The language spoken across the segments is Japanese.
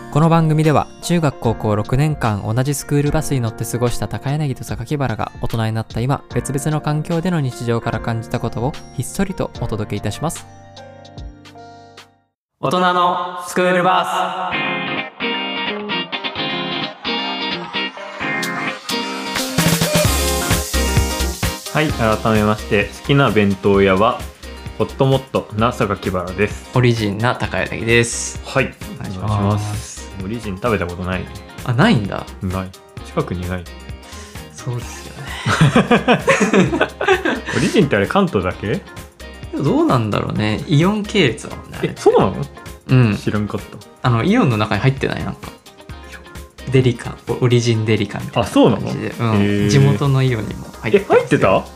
この番組では中学高校6年間同じスクールバスに乗って過ごした高柳と榊原が大人になった今、別々の環境での日常から感じたことをひっそりとお届けいたします。大人のスクールバス。 はい、改めまして好きな弁当屋はホットモットな榊原です。 オリジンな高柳です。 はい、お願いします。オリジン食べたことない？ あ、ないんだ。 ない。近くにない。 そうですよね。 オリジンってあれ関東だけ？ どうなんだろうね。イオン系列だもんね。 そうなの？ うん。 知らんかった。 イオンの中に入ってない？なんかデリカ、オリジンデリカみたいな感じで。 あ、そうなの？ うん。地元のイオンにも入ってた。 入ってた？ はい。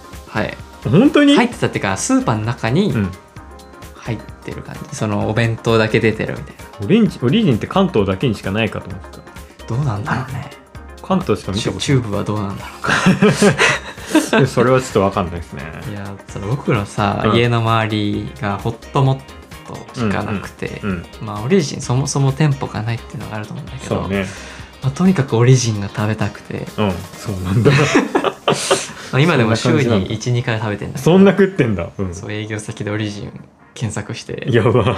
本当に？ 入ってたっていうか、スーパーの中に入ってる感じ。そのお弁当だけ出てるみたいな。 オリジンって関東だけにしかないかと思ってた。 どうなんだろうね。 関東しか見たことない。 チューブはどうなんだろうか。 それはちょっと分かんないですね。 いや、僕のさ、家の周りがホットモットしかなくて、まあオリジンそもそも店舗がないっていうのがあると思うんだけど、 そうね。 まあ、とにかくオリジンが食べたくて、 そうなんだ。 まあ今でも週に 1,2 回食べてんだけど。 そんな食ってんだ。 そう、営業先でオリジン検索してやば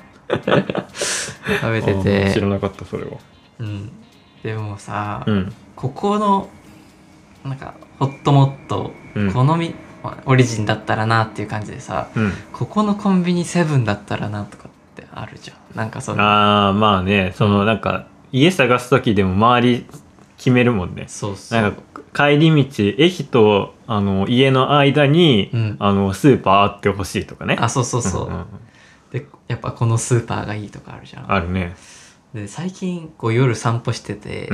食べてて、 知らなかったそれは。 でもさ、ここのなんかホットモット好み、オリジンだったらなっていう感じでさ、ここのコンビニセブンだったらなとかってあるじゃん。なんかそのまあね、そのなんか家探す時でも周り決めるもんね。 そうそう。 なんか帰り道駅と家の間に、スーパーあってほしいとかね。 あ、そうそうそう。でやっぱこのスーパーがいいとかあるじゃん。 あるね。 で最近こう夜散歩してて、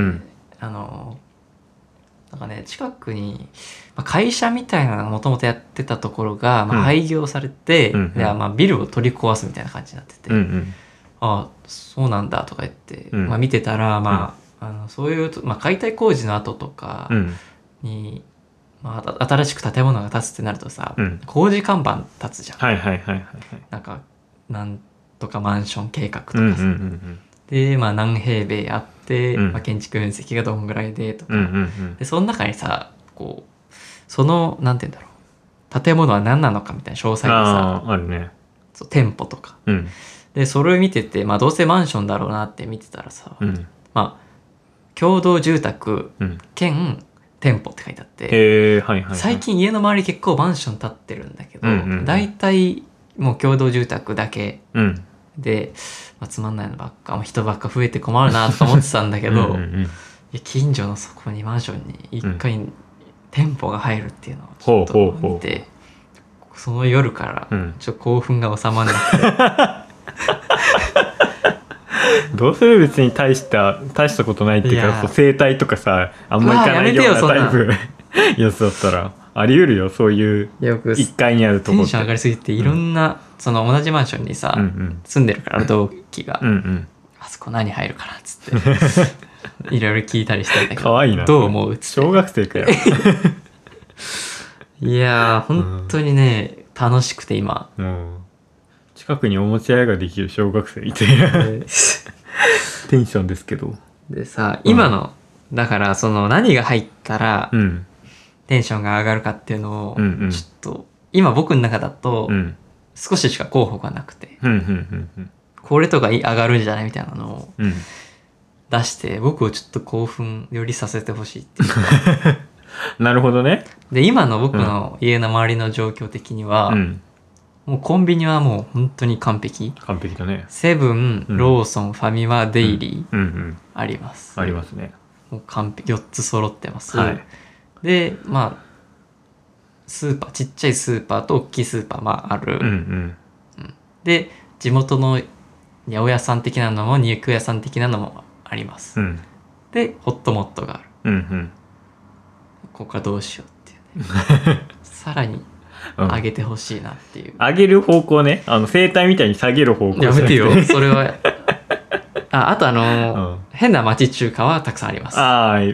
なんかね、近くに、会社みたいなのがもともとやってたところが、廃業されて、でビルを取り壊すみたいな感じになってて、あ、そうなんだとか言って、見てたら、そういう、解体工事の後とかに、新しく建物が建つってなるとさ、工事看板立つじゃん。なんかなんとかマンション計画とかさ、で何平米あって、建築面積がどんぐらいでとか、でその中にさ、こうそのなんて言うんだろう、建物は何なのかみたいな詳細でさ、 あるね。 そう、店舗とか、でそれを見てて、どうせマンションだろうなって見てたらさ、共同住宅兼店舗って書いてあって、最近家の周り結構マンション建ってるんだけど、大体もう共同住宅だけで、つまんないのばっか、人ばっか増えて困るなと思ってたんだけど、近所のそこにマンションに1階に店舗が入るっていうのをちょっと見て、その夜からちょっと興奮が収まらなくて、 どうする？別に大したことないっていうか、整体とかさ、あんまり行かないようなタイプやつだったらあり得るよ。そういう1階にあるとこってテンション上がりすぎて、いろんなその同じマンションにさ、住んでるから同期が、あそこ何入るかなっつっていろいろ聞いたりしてんだけど、 かわいいな。 どう思う？ 小学生かよ。 いやー、本当にね、楽しくて今。 近くにおもちゃ屋ができる小学生いてテンションですけど。 でさ、今のだからその何が入ったらテンションが上がるかっていうのをちょっと今僕の中だと少ししか候補がなくて、これとか上がるんじゃないみたいなのを出して僕をちょっと興奮よりさせてほしいっていうかなるほどね。 で今の僕の家の周りの状況的には、もうコンビニはもう本当に完璧だね。 セブン、ローソン、ファミマ、デイリーあります。 ありますね。 もう完璧、4つ揃ってます。でスーパー、ちっちゃいスーパーと大きいスーパーある。で地元の八百屋さん的なのも肉屋さん的なのもあります。でホットモットがある。ここからどうしようっていうね。さらに上げてほしいなっていう。 上げる方向ね。整体みたいに下げる方向。 やめてよ。それは。あと変な町中華はたくさんあります。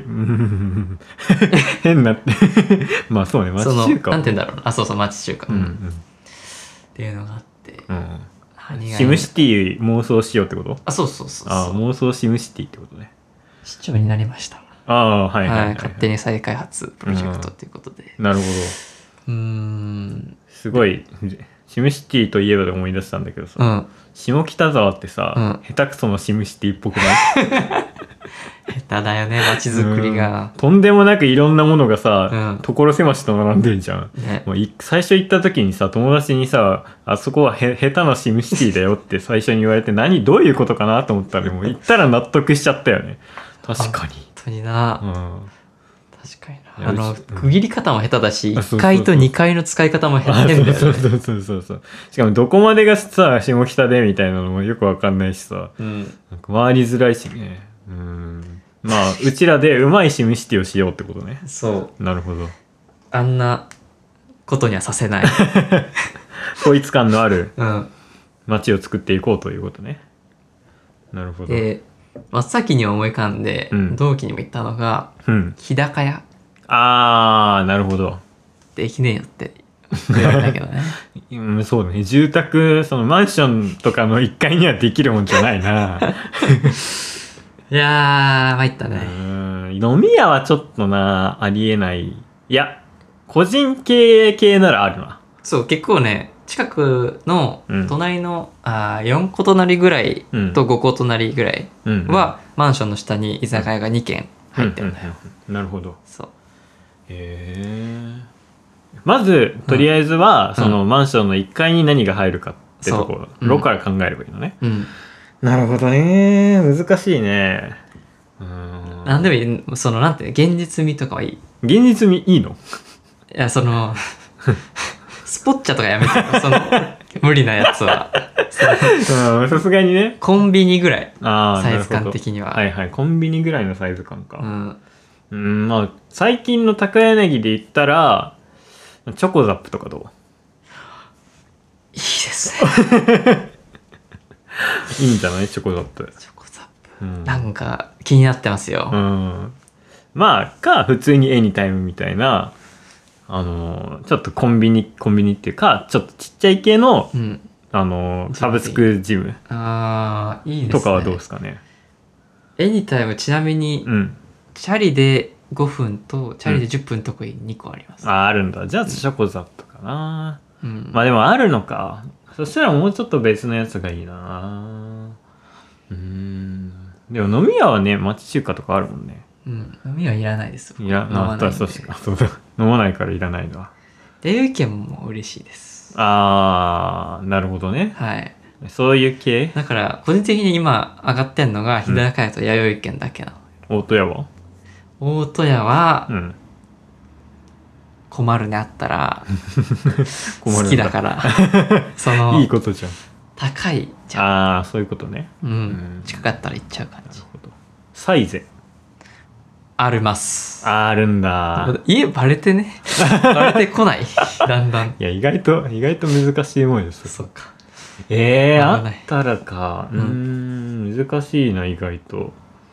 変なって。まあそうね、町中華。 なんて言うんだろうな。そうそう、町中華。っていうのがあって。 シムシティ妄想しようってこと？ あ、そうそうそうそう。 あ、妄想シムシティってことね。 市長になりました。 ああ、はいはい、はいはい、 勝手に再開発プロジェクトっていうことで。 なるほど。 すごいシムシティといえばで思い出したんだけどさ、下北沢ってさ、下手くそのシムシティっぽくない？ 下手だよね、街づくりが。 とんでもなくいろんなものがさ、所狭しと並んでるじゃん。 ね、 もう最初行った時にさ、友達にさ、あそこは下手なシムシティだよって最初に言われて、どういうことかなと思ったら、もう行ったら納得しちゃったよね。確かに。 本当にな。確かにな。区切り方も下手だし、1階と2階の使い方も下手だよね。 そう。しかもどこまでがさ、下北でみたいなのもよくわかんないしさ、なんか回りづらいしね。まあ、うちらでうまいシムシティをしようってことね。 そう。 なるほど。 あんなことにはさせない。 統一感のある街を作っていこうということね。なるほど。 真っ先に思い浮かんで、同期にも言ったのが、日高屋。 あー、なるほど。 できねえよって言われたけどね。 そうだね。住宅、そのマンションとかの1階にはできるもんじゃないな。 いやー、参ったね。 飲み屋はちょっとな、ありえない。いや、個人経営系ならあるな。 そう、結構ね、近くの隣の、4個隣ぐらいと5個隣ぐらいは、マンションの下に居酒屋が2軒入ってるんだよ。 なるほど。 そう。 まず、とりあえずは、そのマンションの1階に何が入るかってところから考えればいいのね。なるほどね。難しいね。 なんでもいい、なんて現実味とかはいい。 現実味いいの？ いや、スポッチャとかやめてよ、無理なやつは。 さすがにね。 コンビニぐらい。サイズ感的には。 はいはい。コンビニぐらいのサイズ感か。まあ、最近の高柳で言ったら、チョコザップとかどう？ いいですね。 いいんじゃない？チョコザップ。 チョコザップ。なんか気になってますよ。 まあ、普通にエニタイムみたいな、ちょっとコンビニっていうか、ちょっとちっちゃい系の、サブスクジム。 いいですね。 とかはどうですかね。 エニタイムちなみに、チャリで5分とチャリで10分のとこに2個あります。 あるんだ。じゃあチョコザップかな。まあでもあるのか。そしたらもうちょっと別のやつがいいな。でも飲み屋はね、町中華とかあるもんね。 飲み屋いらないです。 飲まないからいらないのは。 っていう意見も嬉しいです。 なるほどね。 はい。 そういう系？ だから個人的に今上がってんのが日高屋と弥生県だけなの。 大戸屋は？ 大戸屋は、困るね、あったら。好きだから。 いいことじゃん。 高いじゃん。そういうことね。 近かったら行っちゃう感じ。 サイゼ。 あります。 あるんだ。 家バレてね。バレてこない。だんだん。 いや、意外と難しいもんです。 そうか。 あったらか。難しいな、意外と。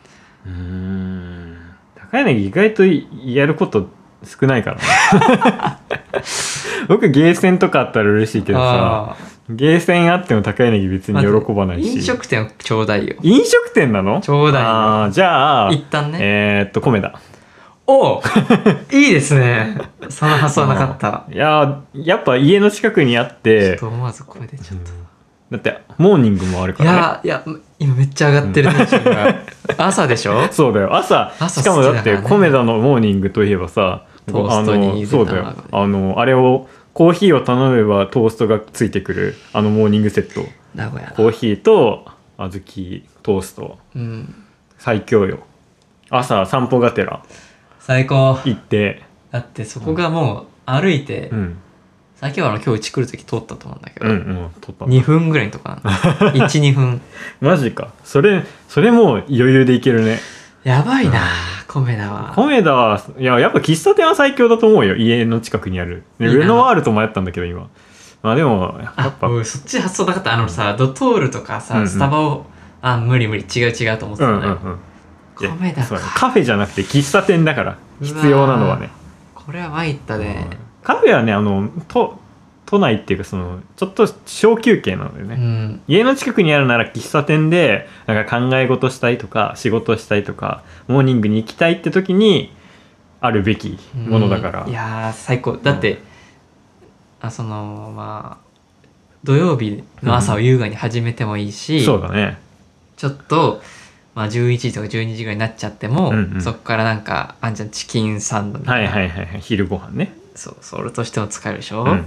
高柳意外とやること少ないからね。僕ゲーセンとかあったら嬉しいけどさ、ゲーセンあっても高柳別に喜ばないし。 飲食店ちょうだいよ。 飲食店なの？ ちょうだいよ。 じゃあ一旦ね。 米田。 おいいですね。その発想はなかった。 いややっぱ家の近くにあって。 ちょっと思わず声出ちゃった。 だってモーニングもあるからね。いや今めっちゃ上がってるテンションが。朝でしょ？ そうだよ。朝しかもだって米田のモーニングといえばさ、 トーストにそうだよ。あれをコーヒーを頼めばトーストがついてくるモーニングセット。 名古屋コーヒーと小豆トースト。最強よ。朝散歩がてら最高行って。 だってそこがもう歩いて、先ほど今日うち来る時通ったと思うんだけど、2分ぐらいのとこなんだ。12分。 マジか。それもう余裕でいけるね。 やばいな、米田は。 米田は、やっぱ喫茶店は最強だと思うよ。家の近くにある。ルノワールと迷ったんだけど、今。まあでも、やっぱ。 そっち発想なかった。さ、ドトールとかさ、スタバを、無理、違うと思ってたんだよ。米田か。 カフェじゃなくて喫茶店だから、必要なのはね。 これは参ったね。 カフェはね、 都内っていうかそのちょっと小休憩なのよね、家の近くにあるなら喫茶店でなんか考え事したいとか仕事したいとかモーニングに行きたいって時にあるべきものだから、 いや最高だって、そのまあ土曜日の朝を優雅に始めてもいいし、 そうだね、 ちょっと、まあ、11時とか12時ぐらいになっちゃっても、そこからなんかあんじゃんチキンサンドみたいな、 昼ご飯ね、 そうそれとしても使えるでしょ、うわ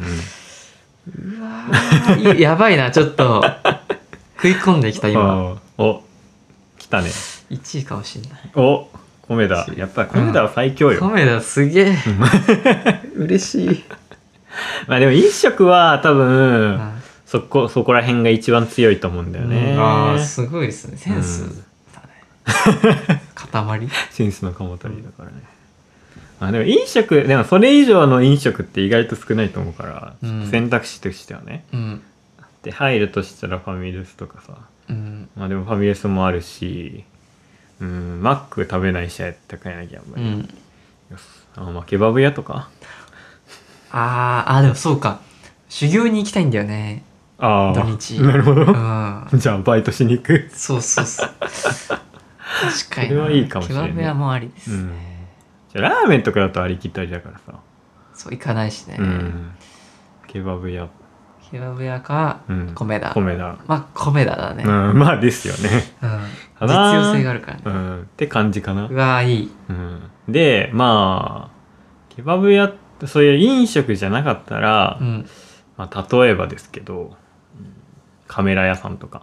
やばいなちょっと食い込んできた今。 お来たね、 1位かもしんない。 お米田、やっぱ米田は最強よ、 米田すげえ嬉しい。 まあでも飲食は多分、そこら辺が一番強いと思うんだよね、 すごいですね、センスだね、塊センスの鎌足りだからね、でも飲食でもそれ以上の飲食って意外と少ないと思うから、選択肢としてはね、で入るとしたらファミレスとかさ、まあでもファミレスもあるし、マック食べないし高柳あんまり、まあケバブ屋とか、 でもそうか、修行に行きたいんだよね、土日。 なるほど、じゃあバイトしに行く。 そう確かにそれはいいかもしれない。 ケバブ屋もありですね、 じゃあラーメンとかだとありきたりだからさ、 そう行かないしね、 ケバブ屋か米田、まあ米田だね、 まあですよね、 実用性があるからね、 って感じかな。 うわいい、 でまあケバブ屋そういう飲食じゃなかったら、まあ、例えばですけど、カメラ屋さんとか、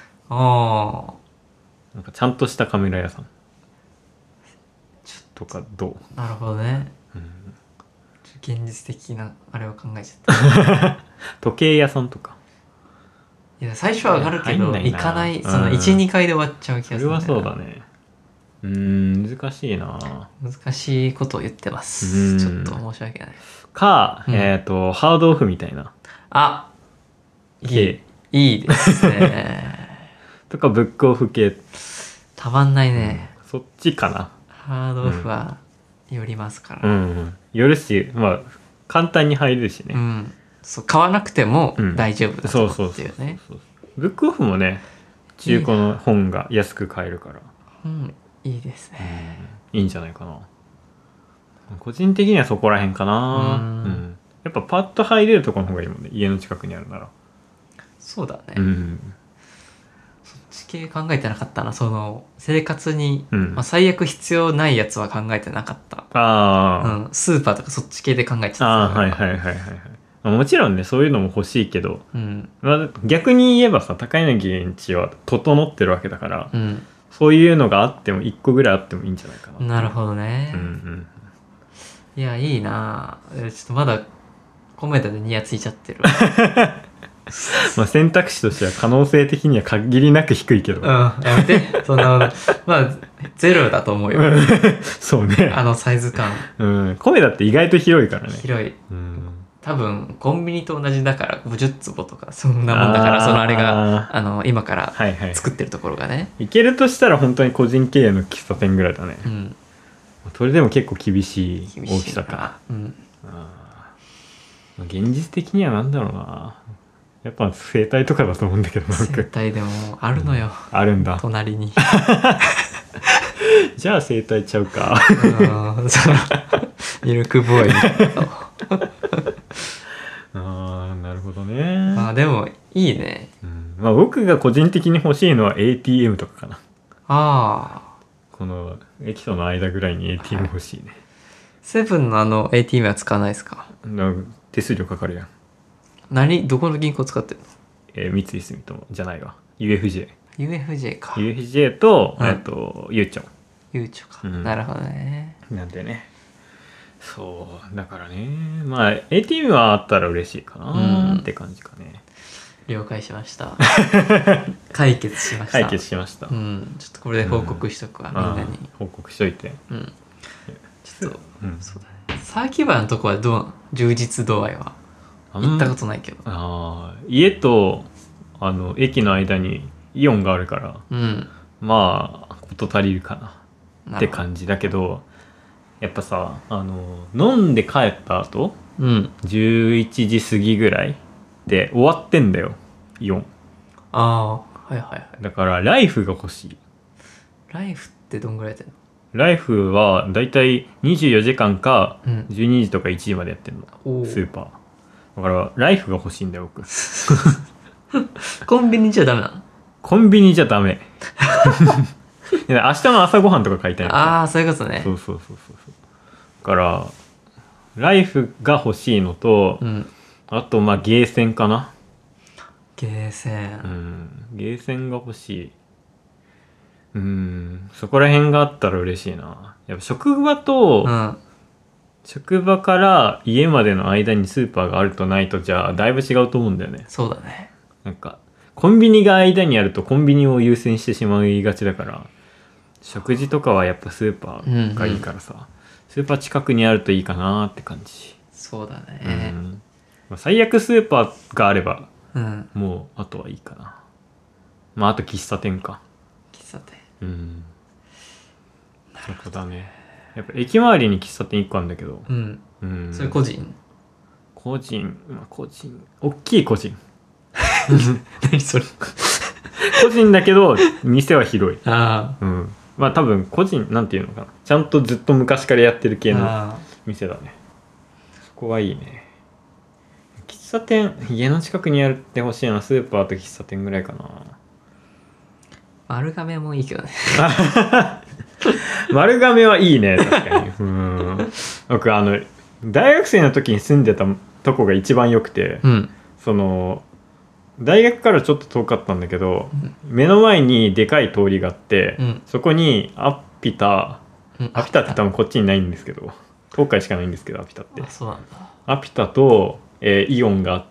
なんかちゃんとしたカメラ屋さんとかどう？ なるほどね、現実的なあれを考えちゃった時計屋さんとか、 いや最初は上がるけど行かない、その 1,2 回で終わっちゃう気がする。 それはそうだね、難しいな、 難しいことを言ってます、ちょっと申し訳ないか、ハードオフみたいな、 いいですねとかブックオフ系たまんないね、 そっちかな。 ハードオフは寄りますから、 寄るし、まあ簡単に入れるしね、 そう買わなくても大丈夫だと思っていうね。 ブックオフもね中古の本が安く買えるから、 いいですね、 いいんじゃないかな。個人的にはそこら辺かな。やっぱパッと入れるところの方がいいもんね、家の近くにあるなら。 そうだね、そっち系考えてなかったな。その生活に、最悪必要ないやつは考えてなかった。スーパーとかそっち系で考えちゃった。 もちろんねそういうのも欲しいけど、逆に言えばさ高柳んちは整ってるわけだから、そういうのがあっても1個ぐらいあってもいいんじゃないかな。 なるほどね、いやいいな。ちょっとまだ米田でニヤついちゃってるまあ選択肢としては可能性的には限りなく低いけど、 やめてそんなまあゼロだと思うよそうね、 サイズ感、 米田って意外と広いからね。 広い、多分コンビニと同じだから50坪とかそんなもんだから、そのあれが今から作ってるところがね、 いけるとしたら本当に個人経営の喫茶店ぐらいだね、それでも結構厳しい大きさか。現実的にはなんだろうな、やっぱ整体とかだと思うんだけど、 整体でもあるのよ、 あるんだ隣にじゃあ整体ちゃうかミルクボーイなるほどね。 でもいいね、 僕が個人的に欲しいのは ATM とかかな。この駅との間ぐらいに ATM 欲しいね。 セブンのATM は使わないですか？ 手数料かかるやん。 どこの銀行使ってるの？三井住友じゃないわ、 UFJ か。 UFJ と、ゆうちょか、なるほどね。 なんでね、そうだからね、まあ ATM はあったら嬉しいかなって感じかね。 了解しました解決しました。 ちょっとこれで報告しとくわ、みんなに報告しといて。 ちょっと、そうだね、サーキュバーのとこは充実度合いは行ったことないけど、 家と駅の間にイオンがあるから、まあ事足りるかなって感じだけど、 やっぱさ飲んで帰った後、11時過ぎぐらいで終わってんだよイオン。 はいはいはい。 だからライフが欲しい。 ライフってどんぐらいやってんの？ ライフはだいたい24時間か12時とか1時までやってんの、スーパーだからライフが欲しいんだよ僕。 コンビニじゃダメなの？ コンビニじゃダメ。明日の朝ごはんとか買いたいの。 ああそういうことね。 そうだからライフが欲しいのと、あとまあゲーセンかな。 ゲーセン、 ゲーセンが欲しい。そこら辺があったら嬉しいな。やっぱ職場と、職場から家までの間にスーパーがあるとないとじゃあだいぶ違うと思うんだよね。 そうだね。 なんかコンビニが間にあるとコンビニを優先してしまいがちだから、食事とかはやっぱスーパーがいいからさ、スーパー近くにあるといいかなって感じ。 そうだね。 最悪スーパーがあれば、もうあとはいいかな。まああと喫茶店か。 喫茶店。 そこだね。やっぱ駅周りに喫茶店1個あるんだけど、 それ個人大きい個人。 何それ。 個人だけど店は広い。 まあ多分個人なんていうのかな、ちゃんとずっと昔からやってる系の店だね。そこはいいね。喫茶店家の近くにあるってほしいな。スーパーと喫茶店ぐらいかな。 丸亀もいいけどね。 丸亀はいいね確かに。僕大学生の時に住んでたとこが一番良くて、その大学からちょっと遠かったんだけど、目の前にでかい通りがあって、そこにアピタって多分こっちにないんですけど、東海しかないんですけど、アピタって。 そうなんだ。 アピタと、イオンがあって、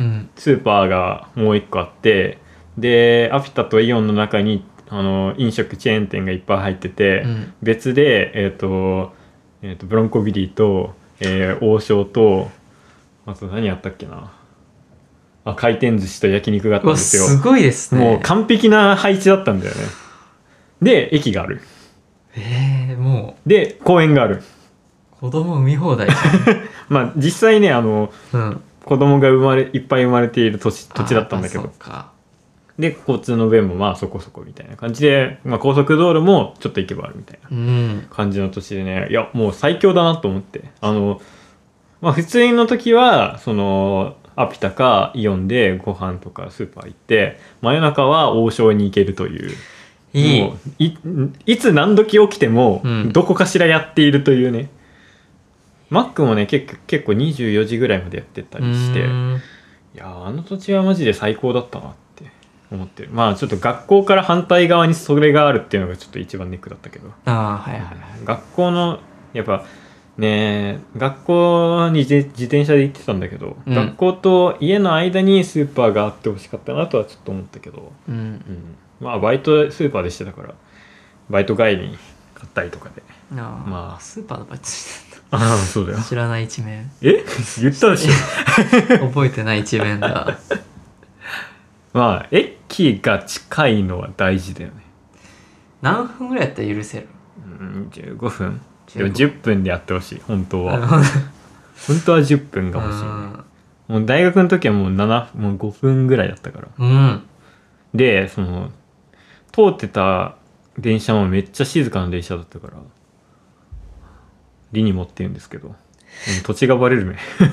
スーパーがもう一個あって、でアピタとイオンの中に飲食チェーン店がいっぱい入ってて、別でブロンコビリーと、王将とあと何やったっけな、回転寿司と焼肉があったんですよ。 すごいですね。 もう完璧な配置だったんだよね。で駅がある。 もうで公園がある。 子供産み放題。 まあ実際ね子供がいっぱい生まれている土地だったんだけど、で交通の便もまあそこそこみたいな感じで、高速道路もちょっと行けばあるみたいな感じの土地でね、いやもう最強だなと思って、普通の時はそのアピタかイオンでご飯とかスーパー行って、真夜中は王将に行けるという、もう いつ何時起きてもどこかしらやっているというね。マックもね結構24時ぐらいまでやってたりして、いやあの土地はマジで最高だったなって思ってる。まあちょっと学校から反対側にそれがあるっていうのがちょっと一番ネックだったけど、学校のやっぱね、学校に自転車で行ってたんだけど、学校と家の間にスーパーがあってほしかったなとはちょっと思ったけど、まあバイトスーパーでしてたからバイト帰りに買ったりとかで、 まあスーパーのバイトしてた。 そうだよ。 知らない一面。 言ったでしょ。 覚えてない一面だ。 まあ駅が近いのは大事だよね。 何分ぐらいやったら許せる ？15分。でも10分でやってほしい本当は。本当は10分が欲しいね。もう大学の時はもう5分ぐらいだったから、でその通ってた電車もめっちゃ静かな電車だったから、リニモって言うんですけど、土地がバレるね。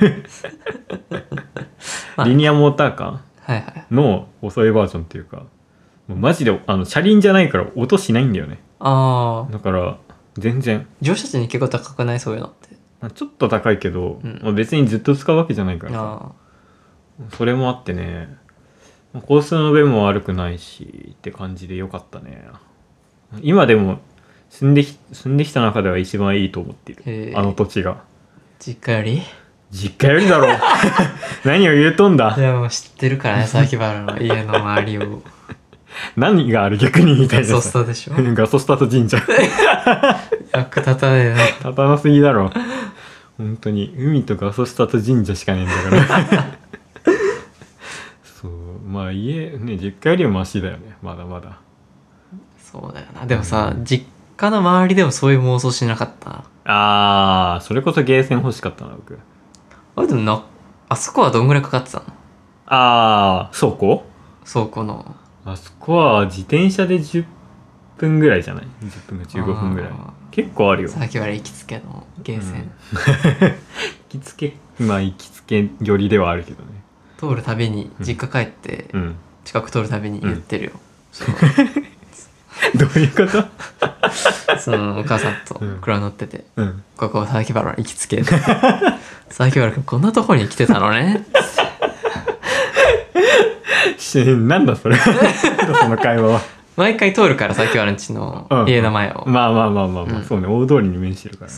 リニアモーターカーの遅いバージョンっていうか、もうマジで車輪じゃないから音しないんだよね。だから全然乗車賃に結構高くない？そういうのってちょっと高いけど、別にずっと使うわけじゃないからさ、それもあってね、交通の便も悪くないしって感じでよかったね。今でも住んできた中では一番いいと思っている、あの土地が。実家よりだろう。何を言うとんだ。 いやもう知ってるからね、崎原の家の周りを。 何がある逆にみたいな。 ガソスタでしょ。 ガソスタと神社。 役立たねえな。 立たなすぎだろ。本当に海とガソスタと神社しかねえんだから。そうまあ家ね、実家よりはマシだよね、まだまだ。 そうだよな。でもさ、実家の周りでもそういう妄想しなかった？ ああ、それこそゲーセン欲しかったな僕。 あれでもあそこはどんぐらいかかってたの？ ああ、倉庫のあそこは自転車で10分ぐらいじゃない？ 10 分か15分ぐらい。結構あるよ。 先原行きつけのゲーセン、 行きつけ、まあ行きつけ寄りではあるけどね。 通るたびに実家帰って、近く通るたびに言ってるよ、 どういうこと？ そのお母さんと車乗ってて、ここ先原行きつけ先原君こんなとこに来てたのねなんだそれその会話は。 毎回通るから先原んちの家の前を、 まあ、そうね、大通りに面してるから、ね、 そう、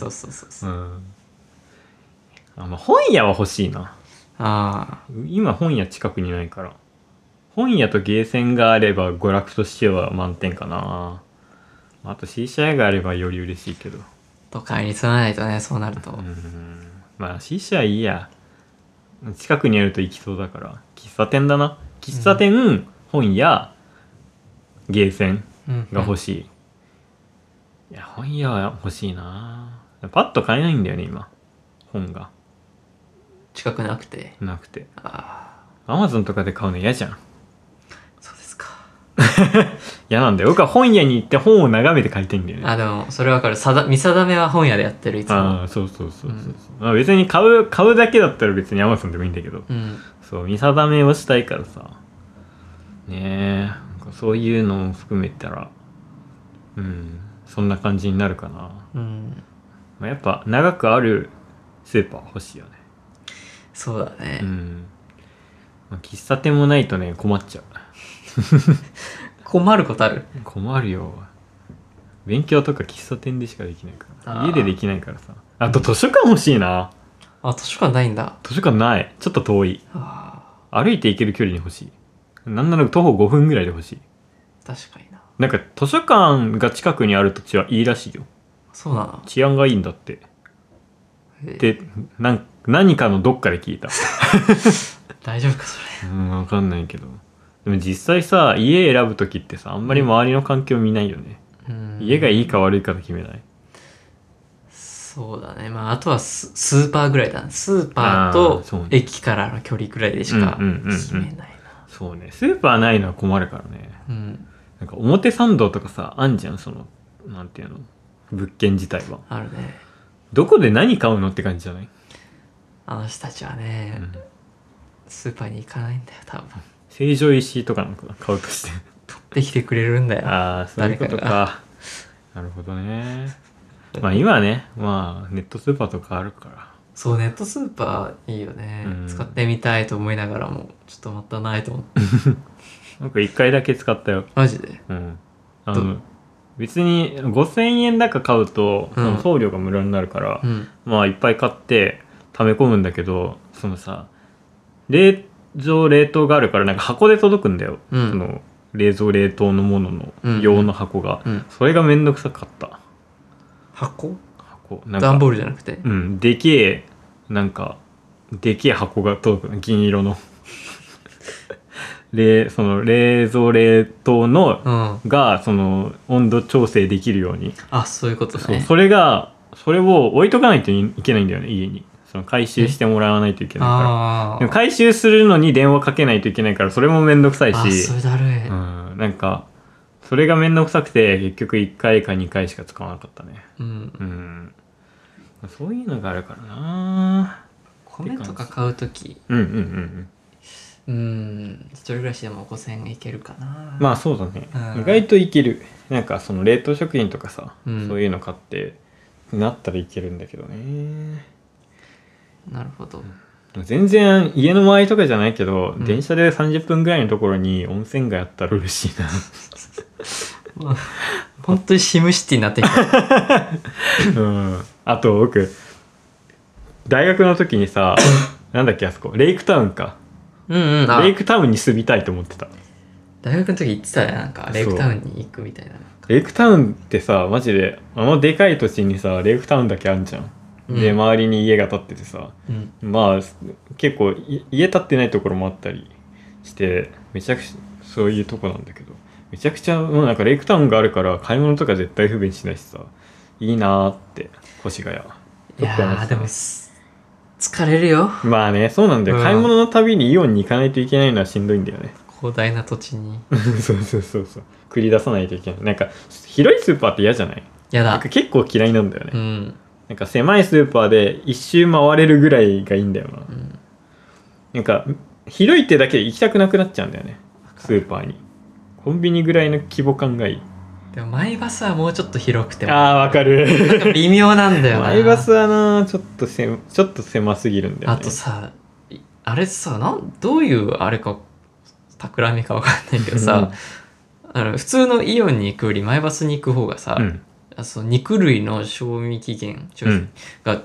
まあ、本屋は欲しいな。 あ今本屋近くにないから。本屋とゲーセンがあれば娯楽としては満点かな。あと C 社屋があればより嬉しいけど。 都会に住まないとね、そうなると。 まあ C 社いいや。近くにあると行きそうだから。喫茶店だな。喫茶店、本屋、ゲーセンが欲しい。いや、本屋は欲しいな。パッと買えないんだよね、今。本が。 近くなくて。 Amazon とかで買うの嫌じゃん。 そうですか。 嫌なんだよ。僕は本屋に行って本を眺めて買いたいんだよね。 でもそれわかる。見定めは本屋でやってるいつも。 そう。まあ、別に買うだけだったら別に Amazon でもいいんだけど、そう見定めをしたいからさ。ねえ。そういうのも含めたら、そんな感じになるかな。まあ、やっぱ長くあるスーパー欲しいよね。 そうだね。 まあ、喫茶店もないとね困っちゃう。 困ることある？ 困るよ。勉強とか喫茶店でしかできないから。家でできないからさ。あと図書館欲しいな。 図書館ないんだ。 図書館ない。ちょっと遠い。歩いて行ける距離に欲しい。なんなら徒歩5分ぐらいで欲しい。 確かにな。 なんか図書館が近くにある土地はいいらしいよ。 そうなの？ 治安がいいんだって。で、何かのどっかで聞いた。 大丈夫かそれ。 わかんないけど。でも実際さ、家選ぶ時ってさ、あんまり周りの環境見ないよね。家がいいか悪いかで決めない。 そうだね。まああとはスーパーぐらいだな。スーパーと駅からの距離ぐらいでしか決めないな。 そうね。スーパーないのは困るからね。なんか表参道とかさ、あんじゃん、そのなんていうの、物件自体はあるね。 どこで何買うのって感じじゃない？ あの人たちはね、スーパーに行かないんだよ多分。 成城石井とかなんか買うとして取ってきてくれるんだよ。 そういうことか。なるほどね。まあ今はね、まあネットスーパーとかあるから。 そう、ネットスーパーいいよね。使ってみたいと思いながらもちょっとまたないと思って僕1回だけ使ったよ。 マジで？ 別に5000円だか買うとその送料が無料になるから、まあいっぱい買って溜め込むんだけど、そのさ、冷蔵冷凍があるからなんか箱で届くんだよ、その冷蔵冷凍のものの用の箱が、それがめんどくさかった。 箱なんか段ボールじゃなくて、 でけえ箱が届くの、銀色のその冷蔵冷凍の、がその温度調整できるように。 そういうことね。 それを置いとかないといけないんだよね、家に。その回収してもらわないといけないから。でも回収するのに電話かけないといけないから、それもめんどくさいし。 それだるい。 なんかそれがめんどくさくて結局1回か2回しか使わなかったね。そういうのがあるからな。 米とか買うとき、一人暮らしでも5000円いけるかな。 まあそうだね、意外といける。なんかその冷凍食品とかさ、そういうの買ってなったらいけるんだけどね。 なるほど。 全然家の周りとかじゃないけど、電車で30分ぐらいのところに温泉街あったら嬉しいな。 本当にシムシティになってきた。 あと僕大学の時にさなんだっけ、あそこレイクタウンか。レイクタウンに住みたいと思ってた。 大学の時行ってたね。なんかレイクタウンに行くみたいな。 レイクタウンってさ、マジででかい土地にさレイクタウンだけあんじゃん。で周りに家が建っててさ、まあ結構家建ってないところもあったりしてめちゃくちゃそういうとこなんだけど、めちゃくちゃもうなんかレイクタウンがあるから買い物とか絶対不便しないしさ、 いいなーって越谷は。 いやーでも疲れるよ。 まあね、そうなんだよ、買い物のたびにイオンに行かないといけないのはしんどいんだよね。 広大な土地にそう繰り出さないといけない。なんか広いスーパーって嫌じゃない？ やだ。 なんか結構嫌いなんだよね。 うん。 なんか狭いスーパーで一周回れるぐらいがいいんだよな。なんか広いってだけで行きたくなくなっちゃうんだよね、スーパーに。コンビニぐらいの規模感がいい。 でもマイバスはもうちょっと広くてもわかる。 なんか微妙なんだよな。 マイバスはなちょっと狭すぎるんだよね。 あとさ、あれさ、どういうあれか企みかわかんないけどさ、普通のイオンに行くよりマイバスに行く方がさ、その肉類の賞味期限が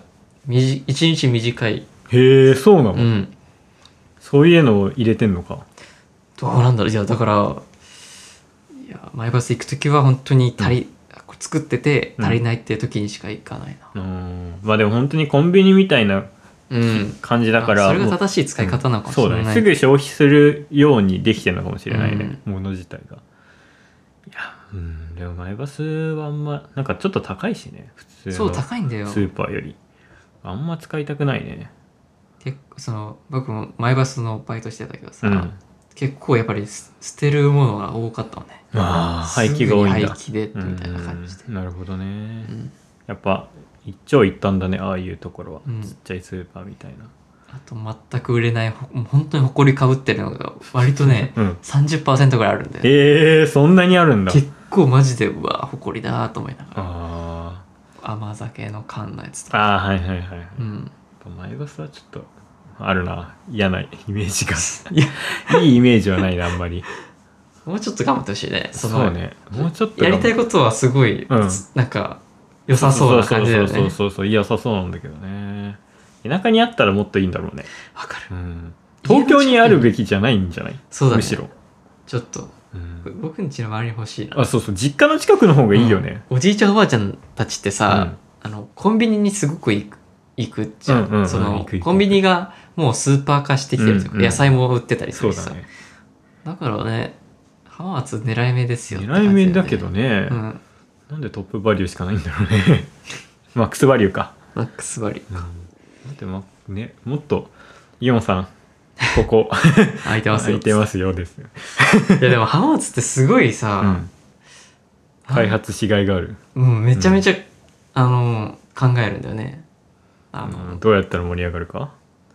1日短い。 へえ、そうなの？そういうのを入れてんのか。 どうなんだろう。いやだからマイバス行く時は本当に作ってて足りないっていう時にしか行かないな。 まあでも本当にコンビニみたいな感じだから、 それが正しい使い方なのかもしれない。 そうだね、すぐ消費するようにできてるのかもしれないね、もの自体が。いやでもマイバスはあんまなんかちょっと高いしね、普通のそう高いんだよ、 スーパーより。あんま使いたくないね。 結構僕もマイバスのバイトしてたけどさ、結構やっぱり捨てるものが多かったのね。 廃棄が多いんだ。 廃棄でみたいな感じで。 なるほどね、やっぱ一長一短だね、ああいうところは、ちっちゃいスーパーみたいな。 あと全く売れない本当に埃かぶってるのが割とね、30% ぐらいあるんで、そんなにあるんだ。 結構マジでうわ埃だと思いながら。甘酒の缶のやつとか。 はい。マイバスはちょっとあるな、嫌なイメージが。いいイメージはないな、あんまり。 もうちょっと頑張ってほしいね。 そうね、もうちょっとやりたいことはすごい、なんか良さそうな感じだよね。 そう良さそうなんだけどね。田舎にあったらもっといいんだろうね。 わかる。 東京にあるべきじゃないんじゃない？ そうだね。 むしろちょっと僕ん家の周りに欲しいな。 そう実家の近くの方がいいよね。 おじいちゃんおばあちゃんたちってさ、コンビニにすごく行くじゃん。コンビニがもうスーパー化してきてるというか、野菜も売ってたりするしさ。だからね、浜松狙い目ですよ。 狙い目だけどね、なんでトップバリューしかないんだろうね。マックスバリューか。 マックスバリューか。 でもっとイオンさんここ空いてますよ。 空いてますよですよ。 いやでも浜松ってすごいさ、 開発しがいがある。 めちゃめちゃ考えるんだよね。 どうやったら盛り上がるか。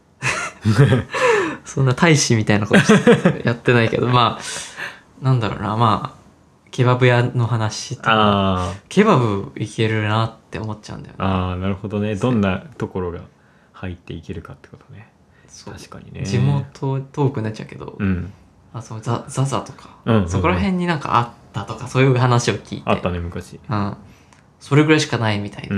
そんな大使みたいなことやってないけど、まあなんだろうな、まあケバブ屋の話とか、ケバブいけるなって思っちゃうんだよね。 なるほどね。どんなところが入っていけるかってことね。確かにね。 地元トークになっちゃうけど、ザザとか、そこら辺になんかあったとか、そういう話を聞いて。 あったね、昔。 それぐらいしかないみたいで。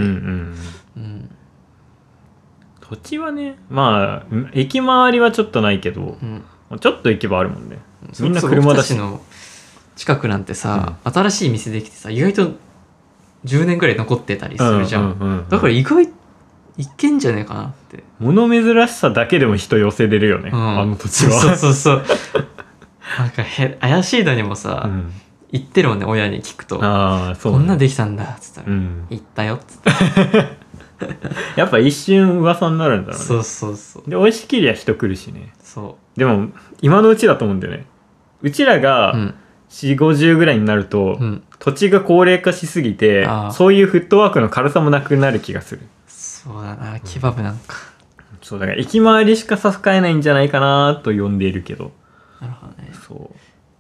土地はね、まあ駅周りはちょっとないけど、ちょっと行けばあるもんね。みんな車だし。 の近くなんてさ、新しい店できてさ、意外と10年ぐらい残ってたりするじゃん。だから意外いけんじゃねえかなって。 物珍しさだけでも人寄せれるよね、あの土地は。 そうなんか怪しいのにもさ、言ってるもんね、親に聞くと。こんなできたんだっつったら、言ったよっつって。 やっぱ一瞬噂になるんだろうね。 そうで美味しけりゃ人来るしね。 そうでも今のうちだと思うんだよね。うちらが4、50ぐらいになると、土地が高齢化しすぎて、そういうフットワークの軽さもなくなる気がする。 そうだな、ケバブなんか。 そうだから駅周りしか支えないんじゃないかなと呼んでいるけど。 なるほどね。 そう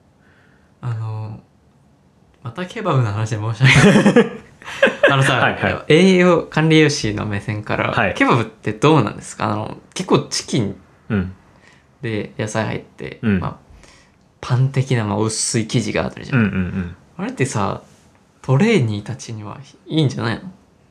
またケバブの話で申し訳ない。栄養管理栄養士の目線から、ケバブってどうなんですか？結構チキンで野菜入って、パン的な薄い生地があるじゃん。あれってさ、トレーニーたちにはいいんじゃないの？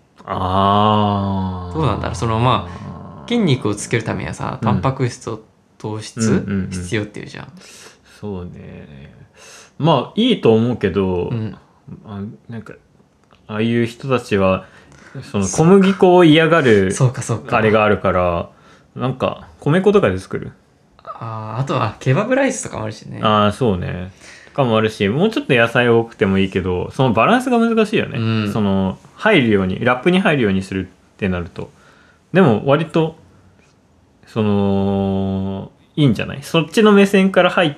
どうなんだろう。筋肉をつけるためにはさ、タンパク質と糖質必要っていうじゃん。 そうね。まあいいと思うけど、なんかああいう人たちはその小麦粉を嫌がるあれがあるから、なんか米粉とかで作る。 あとはケバブライスとかもあるしね。 そうね。 とかもあるし、もうちょっと野菜多くてもいいけど、そのバランスが難しいよね、 うんその入るようにラップに入るようにするってなると。でも割とそのいいんじゃない？そっちの目線から入って、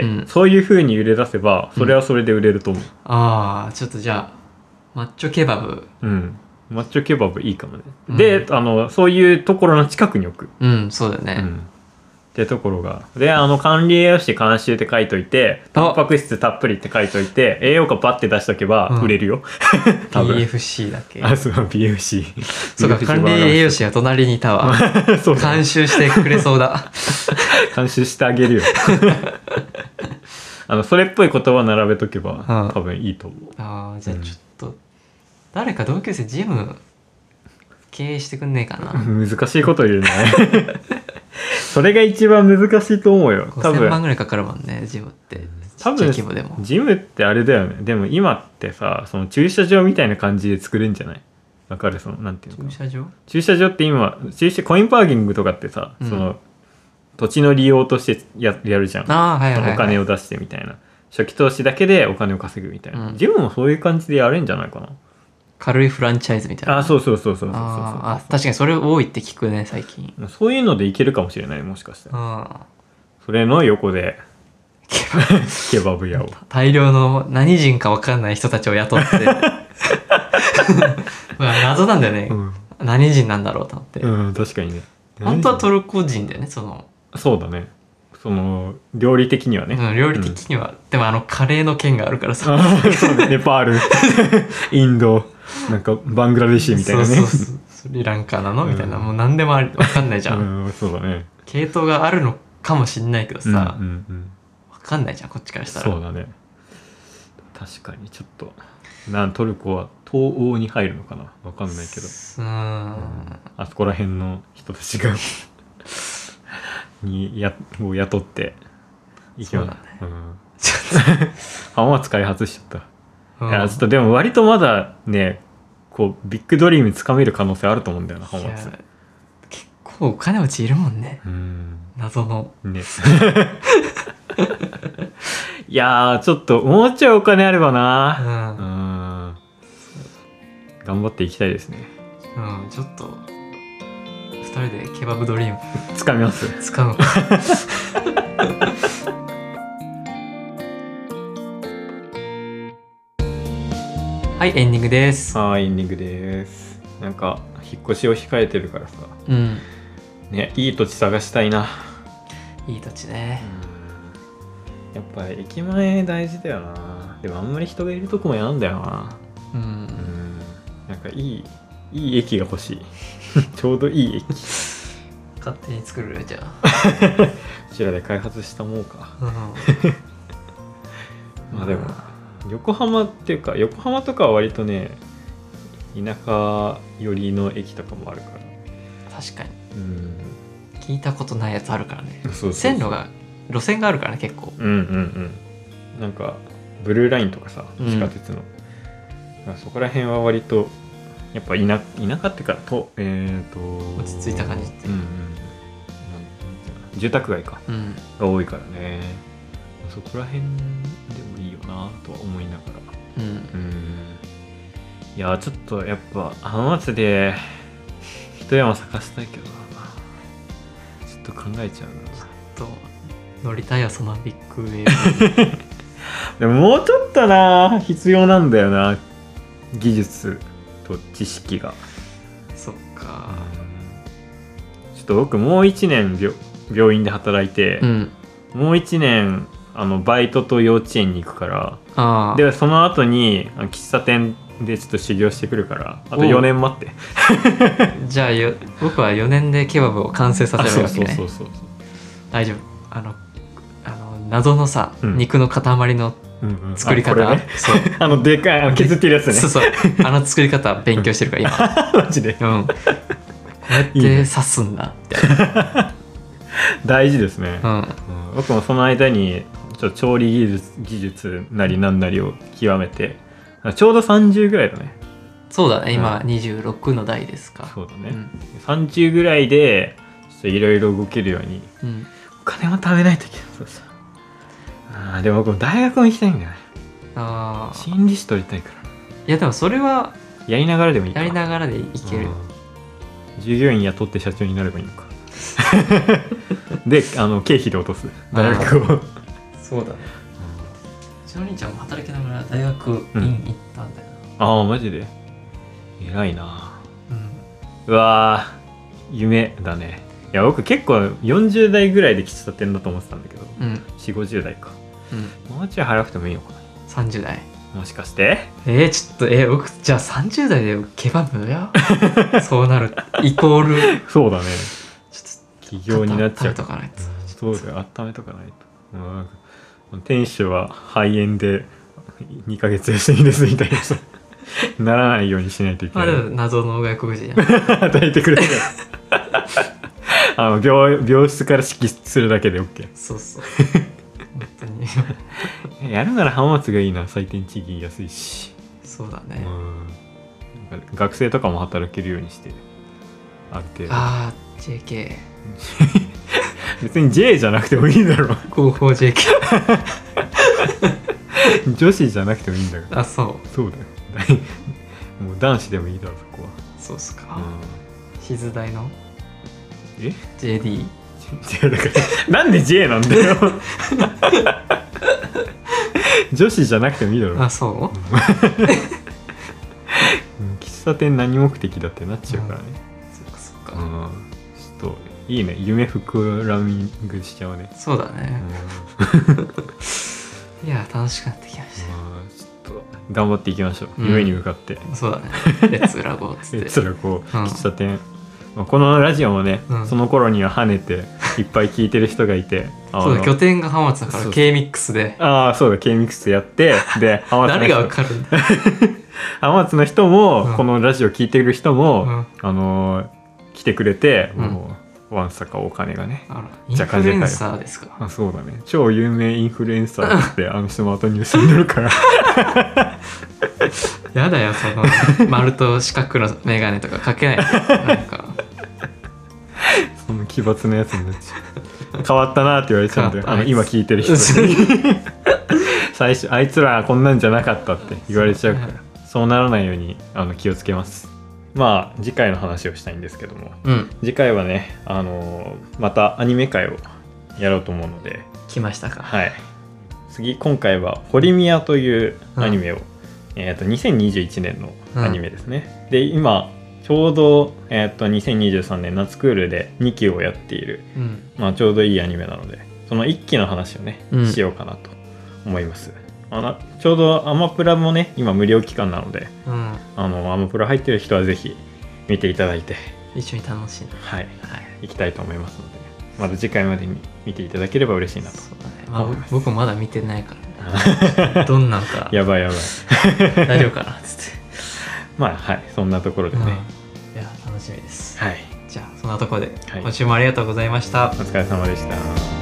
うんそういう風に売れ出せばそれはそれで売れると思う。 ああちょっとじゃあマッチョケバブ。 マッチョケバブいいかもね、 うんでそういうところの近くに置く、 そうだよね、 ってところがで、管理栄養士監修って書いといて、タンパク質たっぷりって書いといて、栄養価バッて出しとけば売れるよ、多分 BFC だけ。 そう BFC そうか、管理栄養士は隣にいたわ。 そうだ監修してくれそうだ。 監修してあげるよそれっぽい言葉並べとけば、多分いいと思う。 ああじゃあちょっと、誰か同級生ジム経営してくんねえかな。 難しいこと言うねそれが一番難しいと思うよ。多 5000 分万ぐらいかかるもんね、ジムって。 多分ちっちゃい規模でも。 ジムってあれだよね。でも今ってさ、その駐車場みたいな感じで作れんじゃない？わかる？そのなんていうのかな。駐車場って今コインパーキングとかってさ、その土地の利用としてやるじゃん。お金を出してみたいな。初期投資だけでお金を稼ぐみたいな。ジムもそういう感じでやれんじゃないかな。 軽いフランチャイズみたいな。 そう確かにそれ多いって聞くね最近。 そういうのでいけるかもしれない、もしかしたら。それの横でケバブ屋を大量の何人か分かんない人たちを雇って謎なんだよね、何人なんだろうと思って。 確かにね。 本当はトルコ人だよね、 そうだね、その料理的にはね、 料理的には、でもカレーの件があるからさそうね、ネパールインド、なんかバングラデシュみたいなね、 スリランカなのみたいな、もう何でも分かんないじゃん、 そうだね、 系統があるのかもしんないけどさ、分かんないじゃんこっちからしたら。 そうだね、確かにちょっとトルコは東欧に入るのかな、分かんないけど、あそこら辺の人たちがを雇っていきます。浜松開発しちゃった。いやちょっとでも割とまだね、こうビッグドリームつかめる可能性あると思うんだよな、浜松。 結構お金持ちいるもんね、謎のねいやちょっともうちょいお金あればな、頑張っていきたいですね。 ちょっと2人でケバブドリームつかみます。 使うのかはい、エンディングです。 エンディングです。なんか引っ越しを控えてるからさ、ね、いい土地探したいな。 いい土地ね、 やっぱ駅前大事だよな。でもあんまり人がいるとこも嫌なんだよな。なんかいい駅が欲しいちょうどいい駅勝手に作るじゃあこちらで開発したもんか、まあでも横浜っていうか、横浜とかは割とね田舎寄りの駅とかもあるから。 確かに、聞いたことないやつあるからね。路線があるからね、結構。 なんかブルーラインとかさ、地下鉄の、そこら辺は割とやっぱ田舎っていうか落ち着いた感じっていう、 住宅街か、が多いからね。そこら辺でもいいよなとは思いながら、いやちょっとやっぱ浜松で一山咲かせたいけどな。ちょっと考えちゃうな。 ちょっと乗りたいよ、そのビッグウェーブでももうちょっとな必要なんだよな、技術と知識が。 そっか、 ちょっと僕もう1年病院で働いて、もう1年バイトと幼稚園に行くから、でその後に喫茶店でちょっと修行してくるから、あと4年待ってじゃあ僕は4年でケバブを完成させるわけね。 そう大丈夫。謎のさ、肉の塊の作り方、 でかい削ってるやつね。 そう作り方勉強してるから今マジで、 こうやって刺すんだみたいな大事ですね。僕もその間にちょっと調理技術なりなんなりを極めて、ちょうど30ぐらいだね。 そうだね、今26の代ですか。 そうだね、30ぐらいでいろいろ動けるように、お金も貯めないといけない。 でも僕も大学も行きたいんだよね。 ああ。 心理師取りたいから。 いやでもそれはやりながらでもいいか。 やりながらでいける。 従業員雇って社長になればいいのか。で経費で落とす大学を。 そうだね。うちの兄ちゃんも働きながら大学院行ったんだよな。 ああマジで偉いな。うわー夢だね。いや僕結構40代ぐらいで喫茶店だと思ってたんだけど、4、50代か。もうちょい早くてもいいのかな。 30代もしかして。 ちょっと僕じゃあ30代でケバブよ。そうなるイコール。 そうだね。 ちょっと起業になっちゃう。 とかないと。 そうだよ、温めとかないと。店主は肺炎で2ヶ月休みですみたいなさならないようにしないといけない。 謎の外国人や与えてくれて病室から指揮するだけで OK。 そうそう本当にやるなら浜松がいいな。採点賃金安いし。 そうだね。 なんか学生とかも働けるようにしてある程度。 ああ JK 別に J じゃなくてもいいだろう。 合法 JK 女子じゃなくてもいいんだから。 あそうそうだよもう男子でもいいだろそこは。 そうっすか。静大のい JD やだからなんで J なんだよ女子じゃなくてもいいだろ。 あそう喫茶店何目的だってなっちゃうからね。 そっかそっか。 ちょっといいね。夢膨らみぐしちゃうね。 そうだね。いや楽しくなってきました。 ちょっと頑張っていきましょう。夢に向かって。 そうだね。レッツラゴーっつって。 レッツラゴー喫茶店。このラジオもね、その頃には跳ねていっぱい聞いてる人がいて、 そうだ拠点が浜松だから K-MIX で。 そうだ K-MIX やってで浜松の人誰がわかるんだ浜松の人も、このラジオ聞いてる人も、来てくれて、もうわんさかお金がね。 インフルエンサーですか。 そうだね。超有名インフルエンサーってスマートニュースに載るからやだよその丸と四角のメガネとかかけないでなんかその奇抜なやつになっちゃう。変わったなって言われちゃうんだよ。今聞いてる人に最初あいつらこんなんじゃなかったって言われちゃうから、そうならないように気をつけます。まあ次回の話をしたいんですけども、次回はねまたアニメ会をやろうと思うので。 来ましたか。 はい。今回はホリミヤというアニメを、2021年のアニメですね。で今ちょうど、2023年夏クールで2期をやっている、ちょうどいいアニメなのでその1期の話をね、しようかなと思います。ちょうどアマプラもね今無料期間なので、アマプラ入ってる人はぜひ見ていただいて一緒に楽しんでいきたいと思いますので、まだ次回までに見ていただければ嬉しいなと。 そうだね。僕まだ見てないからねどんなんかやばい大丈夫かなっつってそんなところでね、 いや楽しみです。 はい。 じゃあそんなところで、今週もありがとうございました。 お疲れ様でした。